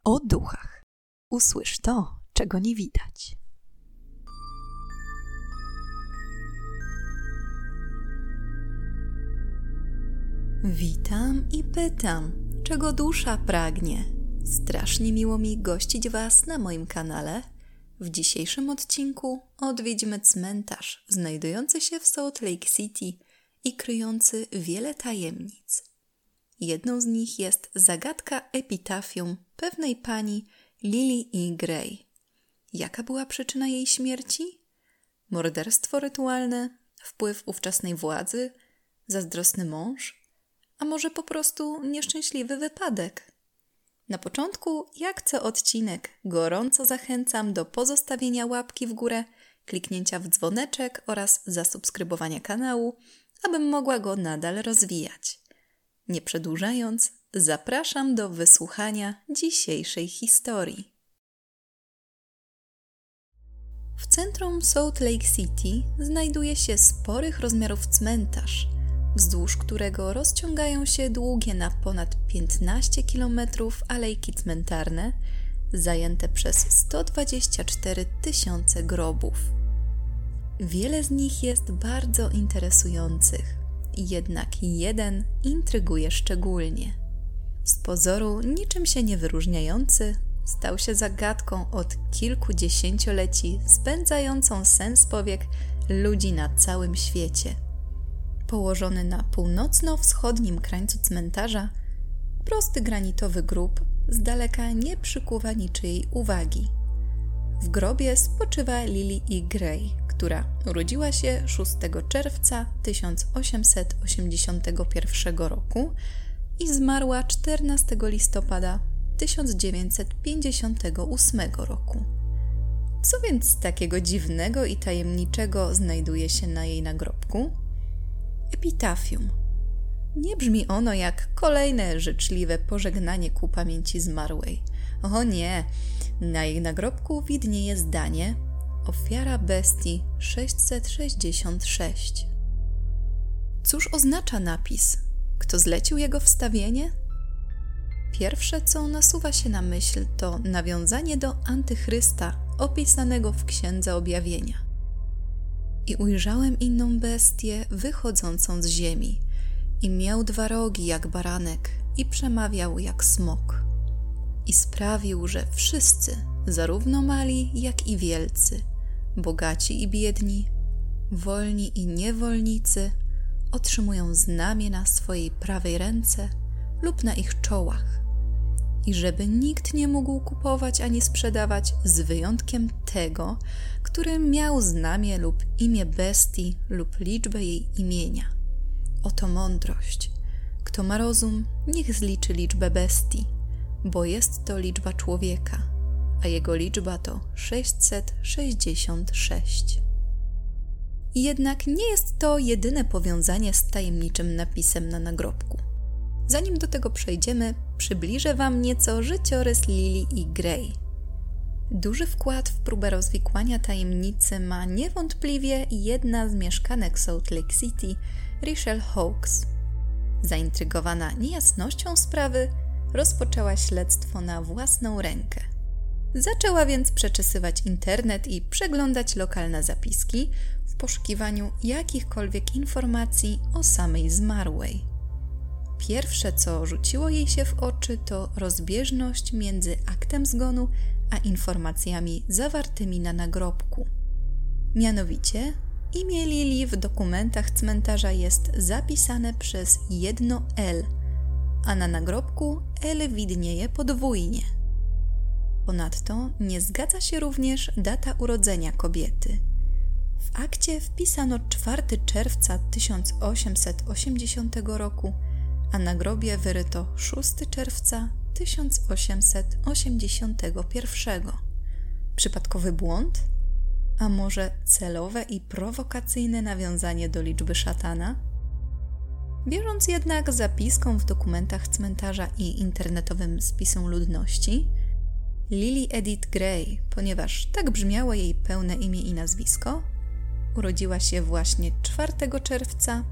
O duchach. Usłysz to, czego nie widać. Witam i pytam, czego dusza pragnie. Strasznie miło mi gościć Was na moim kanale. W dzisiejszym odcinku odwiedźmy cmentarz znajdujący się w Salt Lake City i kryjący wiele tajemnic. Jedną z nich jest zagadka epitafium pewnej pani Lily E. Gray. Jaka była przyczyna jej śmierci? Morderstwo rytualne? Wpływ ówczesnej władzy? Zazdrosny mąż? A może po prostu nieszczęśliwy wypadek? Na początku, jak co odcinek, gorąco zachęcam do pozostawienia łapki w górę, kliknięcia w dzwoneczek oraz zasubskrybowania kanału, abym mogła go nadal rozwijać. Nie przedłużając, zapraszam do wysłuchania dzisiejszej historii. W centrum Salt Lake City znajduje się sporych rozmiarów cmentarz, wzdłuż którego rozciągają się długie na ponad 15 km alejki cmentarne, zajęte przez 124 000 grobów. Wiele z nich jest bardzo interesujących, jednak jeden intryguje szczególnie. Z pozoru niczym się nie wyróżniający, stał się zagadką od kilkudziesięcioleci spędzającą sen powiek ludzi na całym świecie. Położony na północno-wschodnim krańcu cmentarza, prosty granitowy grób z daleka nie przykuwa niczyjej uwagi. W grobie spoczywa Lily E. Gray, która urodziła się 6 czerwca 1881 roku i zmarła 14 listopada 1958 roku. Co więc takiego dziwnego i tajemniczego znajduje się na jej nagrobku? Epitafium. Nie brzmi ono jak kolejne życzliwe pożegnanie ku pamięci zmarłej. O nie, na jej nagrobku widnieje zdanie: ofiara bestii 666. Cóż oznacza napis? Kto zlecił jego wstawienie? Pierwsze, co nasuwa się na myśl, to nawiązanie do Antychrysta opisanego w Księdze Objawienia. I ujrzałem inną bestię wychodzącą z ziemi. I miał 2 rogi jak baranek i przemawiał jak smok. I sprawił, że wszyscy, zarówno mali, jak i wielcy, bogaci i biedni, wolni i niewolnicy, otrzymują znamię na swojej prawej ręce lub na ich czołach. I żeby nikt nie mógł kupować ani sprzedawać z wyjątkiem tego, który miał znamię lub imię bestii lub liczbę jej imienia. Oto mądrość. Kto ma rozum, niech zliczy liczbę bestii, bo jest to liczba człowieka, a jego liczba to 666. Jednak nie jest to jedyne powiązanie z tajemniczym napisem na nagrobku. Zanim do tego przejdziemy, przybliżę Wam nieco życiorys Lily E. Gray. Duży wkład w próbę rozwikłania tajemnicy ma niewątpliwie jedna z mieszkanek Salt Lake City, Richelle Hawkes. Zaintrygowana niejasnością sprawy, rozpoczęła śledztwo na własną rękę. Zaczęła więc przeczesywać internet i przeglądać lokalne zapiski w poszukiwaniu jakichkolwiek informacji o samej zmarłej. Pierwsze, co rzuciło jej się w oczy, to rozbieżność między aktem zgonu a informacjami zawartymi na nagrobku. Mianowicie, imię Lily w dokumentach cmentarza jest zapisane przez jedno L, a na nagrobku L widnieje podwójnie. Ponadto nie zgadza się również data urodzenia kobiety. W akcie wpisano 4 czerwca 1880 roku, a na grobie wyryto 6 czerwca 1881. Przypadkowy błąd? A może celowe i prowokacyjne nawiązanie do liczby szatana? Wierząc jednak zapiskom w dokumentach cmentarza i internetowym spisom ludności, Lily Edith Gray, ponieważ tak brzmiało jej pełne imię i nazwisko, urodziła się właśnie 4 czerwca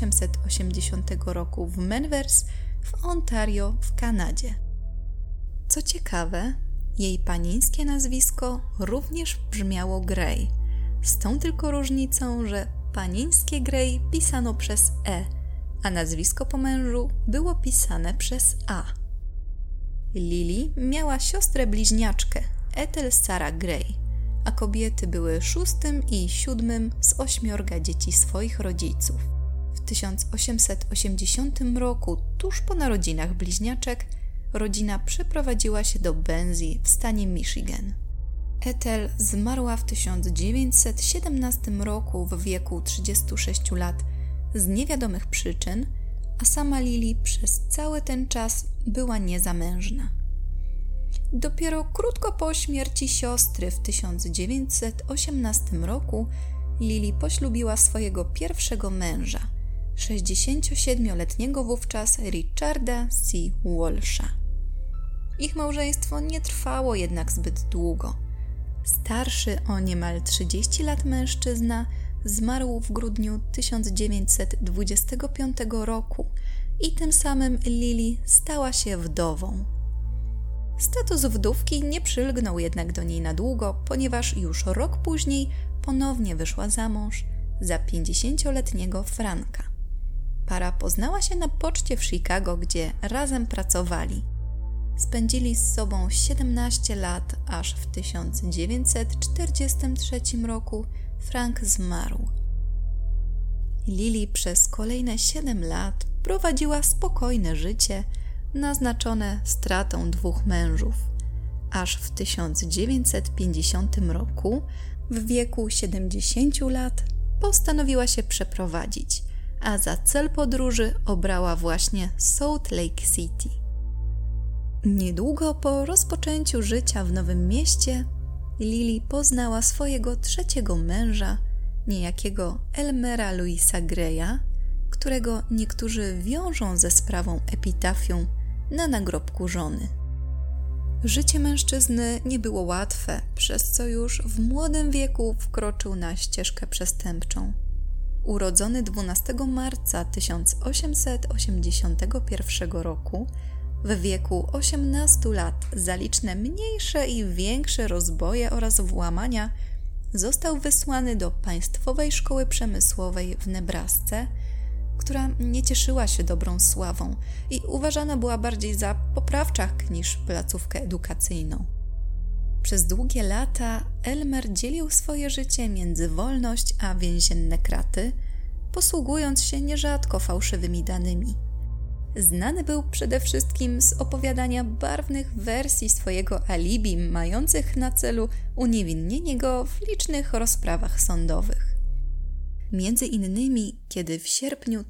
1880 roku w Manvers w Ontario w Kanadzie. Co ciekawe, jej panieńskie nazwisko również brzmiało Grey, z tą tylko różnicą, że panieńskie Grey pisano przez E, a nazwisko po mężu było pisane przez A. Lily miała siostrę bliźniaczkę, Ethel Sarah Grey, a kobiety były 6. i 7. z 8 dzieci swoich rodziców. W 1880 roku, tuż po narodzinach bliźniaczek, rodzina przeprowadziła się do Benzie w stanie Michigan. Ethel zmarła w 1917 roku w wieku 36 lat z niewiadomych przyczyn, a sama Lily przez cały ten czas była niezamężna. Dopiero krótko po śmierci siostry w 1918 roku Lily poślubiła swojego pierwszego męża, 67-letniego wówczas Richarda C. Walsha. Ich małżeństwo nie trwało jednak zbyt długo. Starszy o niemal 30 lat mężczyzna zmarł w grudniu 1925 roku i tym samym Lily stała się wdową. Status wdówki nie przylgnął jednak do niej na długo, ponieważ już rok później ponownie wyszła za mąż za 50-letniego Franka. Para poznała się na poczcie w Chicago, gdzie razem pracowali. Spędzili z sobą 17 lat, aż w 1943 roku Frank zmarł. Lily przez kolejne 7 lat prowadziła spokojne życie, naznaczone stratą 2 mężów, aż w 1950 roku, w wieku 70 lat, postanowiła się przeprowadzić, a za cel podróży obrała właśnie Salt Lake City. Niedługo po rozpoczęciu życia w nowym mieście Lily poznała swojego 3. męża, niejakiego Elmera Louisa Greya, którego niektórzy wiążą ze sprawą epitafium na nagrobku żony. Życie mężczyzny nie było łatwe, przez co już w młodym wieku wkroczył na ścieżkę przestępczą. Urodzony 12 marca 1881 roku, w wieku 18 lat za liczne mniejsze i większe rozboje oraz włamania został wysłany do Państwowej Szkoły Przemysłowej w Nebrasce, która nie cieszyła się dobrą sławą i uważana była bardziej za poprawczak niż placówkę edukacyjną. Przez długie lata Elmer dzielił swoje życie między wolność a więzienne kraty, posługując się nierzadko fałszywymi danymi. Znany był przede wszystkim z opowiadania barwnych wersji swojego alibi, mających na celu uniewinnienie go w licznych rozprawach sądowych. Między innymi, kiedy w sierpniu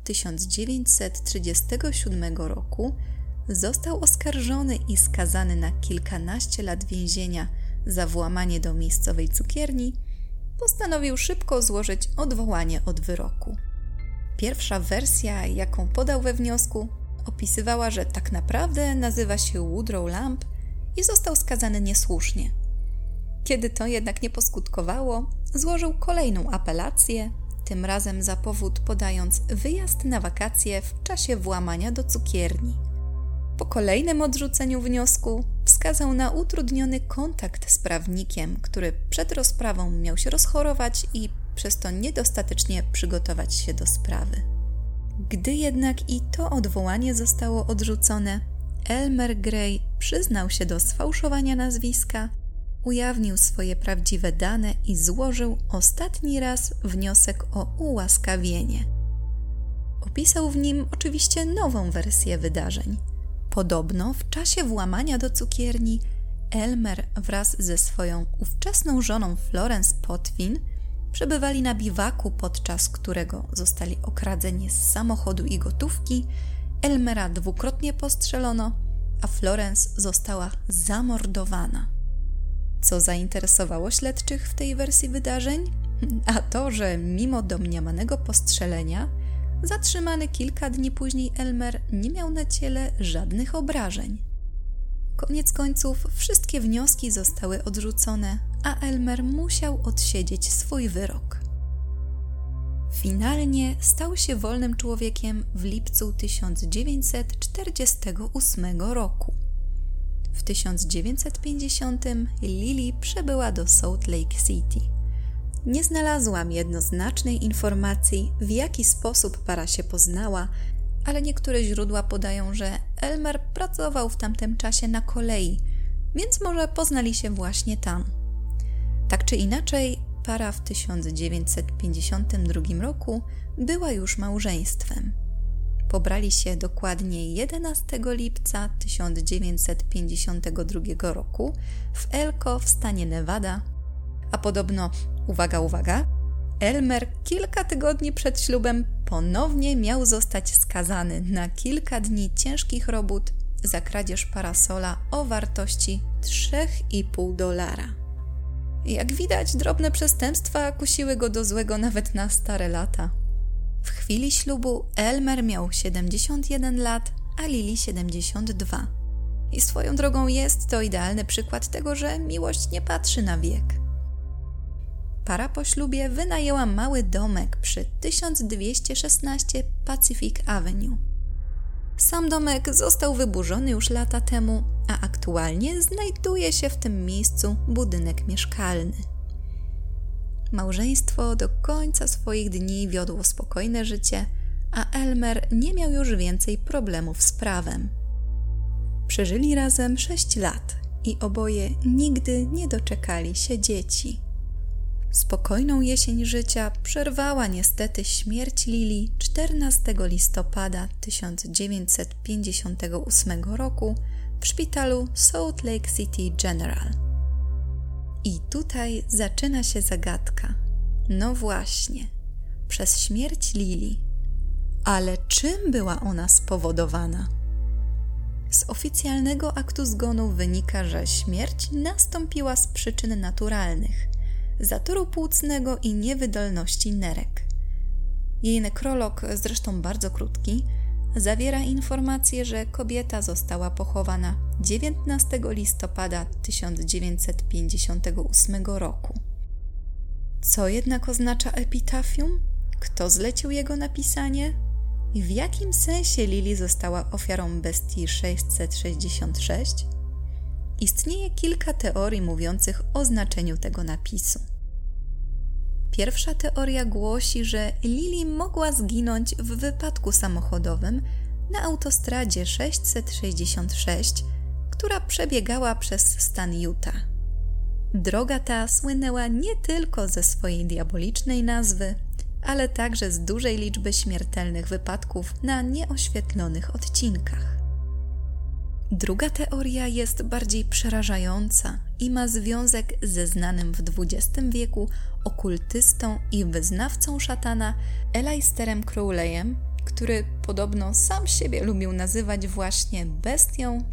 1937 roku został oskarżony i skazany na kilkanaście lat więzienia za włamanie do miejscowej cukierni, postanowił szybko złożyć odwołanie od wyroku. Pierwsza wersja, jaką podał we wniosku, opisywała, że tak naprawdę nazywa się Woodrow Lamb i został skazany niesłusznie. Kiedy to jednak nie poskutkowało, złożył kolejną apelację, tym razem za powód podając wyjazd na wakacje w czasie włamania do cukierni. Po kolejnym odrzuceniu wniosku wskazał na utrudniony kontakt z prawnikiem, który przed rozprawą miał się rozchorować i przez to niedostatecznie przygotować się do sprawy. Gdy jednak i to odwołanie zostało odrzucone, Elmer Grey przyznał się do sfałszowania nazwiska, ujawnił swoje prawdziwe dane i złożył ostatni raz wniosek o ułaskawienie. Opisał w nim oczywiście nową wersję wydarzeń. Podobno w czasie włamania do cukierni Elmer wraz ze swoją ówczesną żoną Florence Potvin przebywali na biwaku, podczas którego zostali okradzeni z samochodu i gotówki. Elmera dwukrotnie postrzelono, a Florence została zamordowana. Co zainteresowało śledczych w tej wersji wydarzeń? A to, że mimo domniemanego postrzelenia, zatrzymany kilka dni później Elmer nie miał na ciele żadnych obrażeń. Koniec końców wszystkie wnioski zostały odrzucone, a Elmer musiał odsiedzieć swój wyrok. Finalnie stał się wolnym człowiekiem w lipcu 1948 roku. W 1950 Lily przybyła do Salt Lake City. Nie znalazłam jednoznacznej informacji, w jaki sposób para się poznała, ale niektóre źródła podają, że Elmer pracował w tamtym czasie na kolei, więc może poznali się właśnie tam. Tak czy inaczej, para w 1952 roku była już małżeństwem. Pobrali się dokładnie 11 lipca 1952 roku w Elko w stanie Nevada, a podobno, uwaga, Elmer kilka tygodni przed ślubem ponownie miał zostać skazany na kilka dni ciężkich robót za kradzież parasola o wartości $3,5. Jak widać, drobne przestępstwa kusiły go do złego nawet na stare lata. W chwili ślubu Elmer miał 71 lat, a Lily 72. I swoją drogą jest to idealny przykład tego, że miłość nie patrzy na wiek. Para po ślubie wynajęła mały domek przy 1216 Pacific Avenue. Sam domek został wyburzony już lata temu, a aktualnie znajduje się w tym miejscu budynek mieszkalny. Małżeństwo do końca swoich dni wiodło spokojne życie, a Elmer nie miał już więcej problemów z prawem. Przeżyli razem 6 lat i oboje nigdy nie doczekali się dzieci. Spokojną jesień życia przerwała niestety śmierć Lily 14 listopada 1958 roku w szpitalu Salt Lake City General. I tutaj zaczyna się zagadka. No właśnie, przez śmierć Lily. Ale czym była ona spowodowana? Z oficjalnego aktu zgonu wynika, że śmierć nastąpiła z przyczyn naturalnych, zatoru płucnego i niewydolności nerek. Jej nekrolog, zresztą bardzo krótki, zawiera informację, że kobieta została pochowana 19 listopada 1958 roku. Co jednak oznacza epitafium? Kto zlecił jego napisanie? I w jakim sensie Lily została ofiarą bestii 666? Istnieje kilka teorii mówiących o znaczeniu tego napisu. Pierwsza teoria głosi, że Lily mogła zginąć w wypadku samochodowym na autostradzie 666, która przebiegała przez stan Utah. Droga ta słynęła nie tylko ze swojej diabolicznej nazwy, ale także z dużej liczby śmiertelnych wypadków na nieoświetlonych odcinkach. Druga teoria jest bardziej przerażająca i ma związek ze znanym w XX wieku okultystą i wyznawcą szatana Aleisterem Crowleyem, który podobno sam siebie lubił nazywać właśnie bestią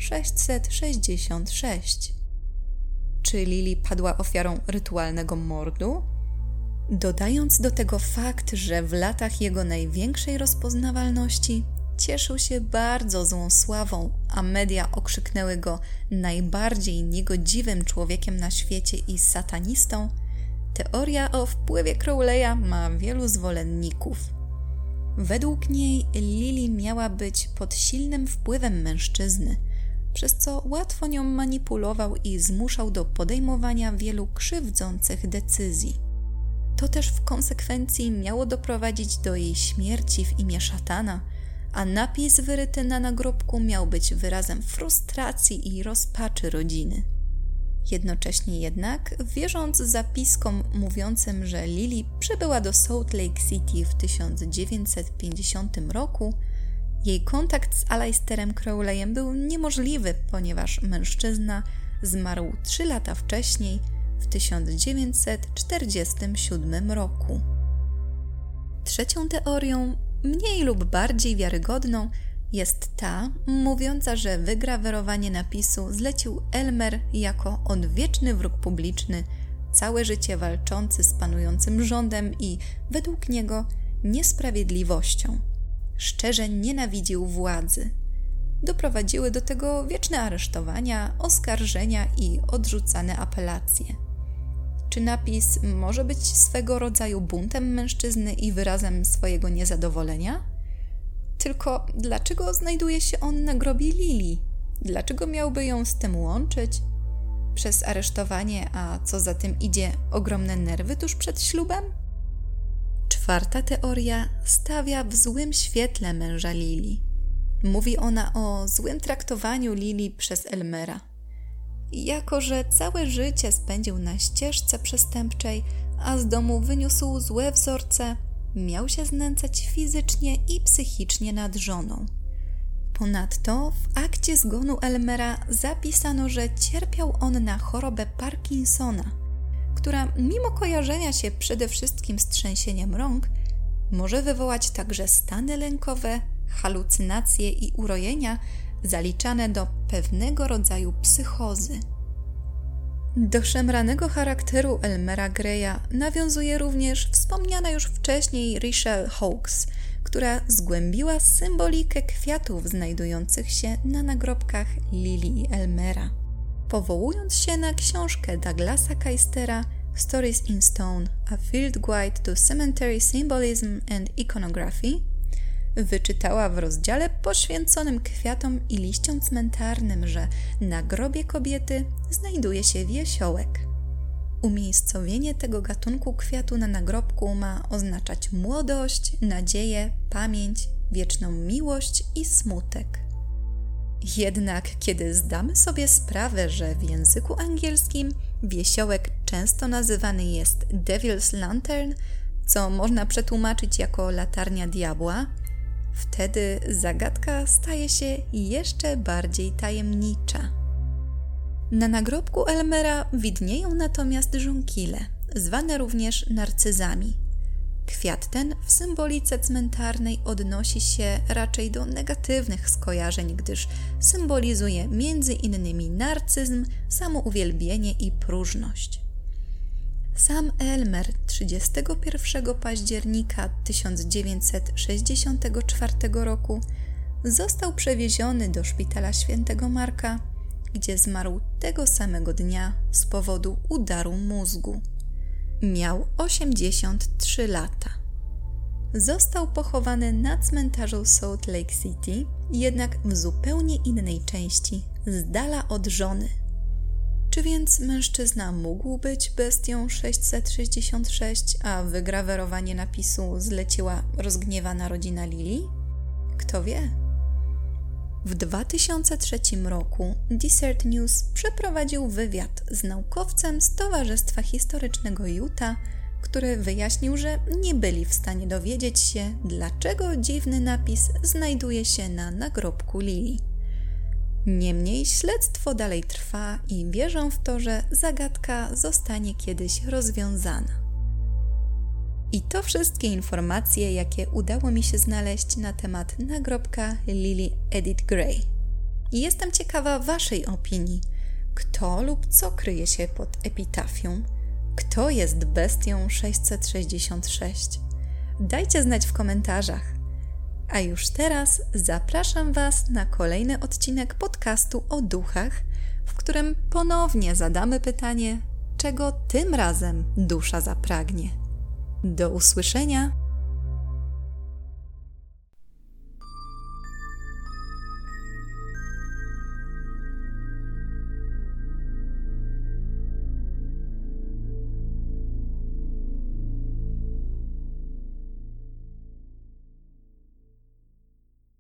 666. Czy Lily padła ofiarą rytualnego mordu? Dodając do tego fakt, że w latach jego największej rozpoznawalności cieszył się bardzo złą sławą, a media okrzyknęły go najbardziej niegodziwym człowiekiem na świecie i satanistą, teoria o wpływie Crowleya ma wielu zwolenników. Według niej Lily miała być pod silnym wpływem mężczyzny, przez co łatwo nią manipulował i zmuszał do podejmowania wielu krzywdzących decyzji. To też w konsekwencji miało doprowadzić do jej śmierci w imię szatana, a napis wyryty na nagrobku miał być wyrazem frustracji i rozpaczy rodziny. Jednocześnie jednak, wierząc zapiskom mówiącym, że Lily przybyła do Salt Lake City w 1950 roku, jej kontakt z Aleisterem Crowleyem był niemożliwy, ponieważ mężczyzna zmarł 3 lata wcześniej, w 1947 roku. Trzecią teorią, mniej lub bardziej wiarygodną, jest ta mówiąca, że wygrawerowanie napisu zlecił Elmer jako odwieczny wróg publiczny, całe życie walczący z panującym rządem i, według niego, niesprawiedliwością. Szczerze nienawidził władzy. Doprowadziły do tego wieczne aresztowania, oskarżenia i odrzucane apelacje. Czy napis może być swego rodzaju buntem mężczyzny i wyrazem swojego niezadowolenia? Tylko dlaczego znajduje się on na grobie Lily? Dlaczego miałby ją z tym łączyć? Przez aresztowanie, a co za tym idzie, ogromne nerwy tuż przed ślubem? Czwarta teoria stawia w złym świetle męża Lili. Mówi ona o złym traktowaniu Lili przez Elmera. Jako że całe życie spędził na ścieżce przestępczej, a z domu wyniósł złe wzorce, miał się znęcać fizycznie i psychicznie nad żoną. Ponadto w akcie zgonu Elmera zapisano, że cierpiał on na chorobę Parkinsona, która mimo kojarzenia się przede wszystkim z trzęsieniem rąk, może wywołać także stany lękowe, halucynacje i urojenia zaliczane do pewnego rodzaju psychozy. Do szemranego charakteru Elmera Greya nawiązuje również wspomniana już wcześniej Rachel Hawkes, która zgłębiła symbolikę kwiatów znajdujących się na nagrobkach Lili i Elmera. Powołując się na książkę Douglasa Keistera Stories in Stone – A Field Guide to Cemetery Symbolism and Iconography, wyczytała w rozdziale poświęconym kwiatom i liściom cmentarnym, że na grobie kobiety znajduje się wiesiołek. Umiejscowienie tego gatunku kwiatu na nagrobku ma oznaczać młodość, nadzieję, pamięć, wieczną miłość i smutek. Jednak kiedy zdamy sobie sprawę, że w języku angielskim wiesiołek często nazywany jest Devil's Lantern, co można przetłumaczyć jako latarnia diabła, wtedy zagadka staje się jeszcze bardziej tajemnicza. Na nagrobku Elmera widnieją natomiast żonkile, zwane również narcyzami. Kwiat ten w symbolice cmentarnej odnosi się raczej do negatywnych skojarzeń, gdyż symbolizuje m.in. narcyzm, samouwielbienie i próżność. Sam Elmer 31 października 1964 roku został przewieziony do szpitala Świętego Marka, gdzie zmarł tego samego dnia z powodu udaru mózgu. Miał 83 lata. Został pochowany na cmentarzu Salt Lake City, jednak w zupełnie innej części, z dala od żony. Czy więc mężczyzna mógł być bestią 666, a wygrawerowanie napisu zleciła rozgniewana rodzina Lili? Kto wie? W 2003 roku Desert News przeprowadził wywiad z naukowcem z Towarzystwa Historycznego Utah, który wyjaśnił, że nie byli w stanie dowiedzieć się, dlaczego dziwny napis znajduje się na nagrobku Lili. Niemniej śledztwo dalej trwa i wierzą w to, że zagadka zostanie kiedyś rozwiązana. I to wszystkie informacje, jakie udało mi się znaleźć na temat nagrobka Lili Edith Gray. I jestem ciekawa Waszej opinii. Kto lub co kryje się pod epitafium? Kto jest bestią 666? Dajcie znać w komentarzach. A już teraz zapraszam Was na kolejny odcinek podcastu o duchach, w którym ponownie zadamy pytanie, czego tym razem dusza zapragnie. Do usłyszenia!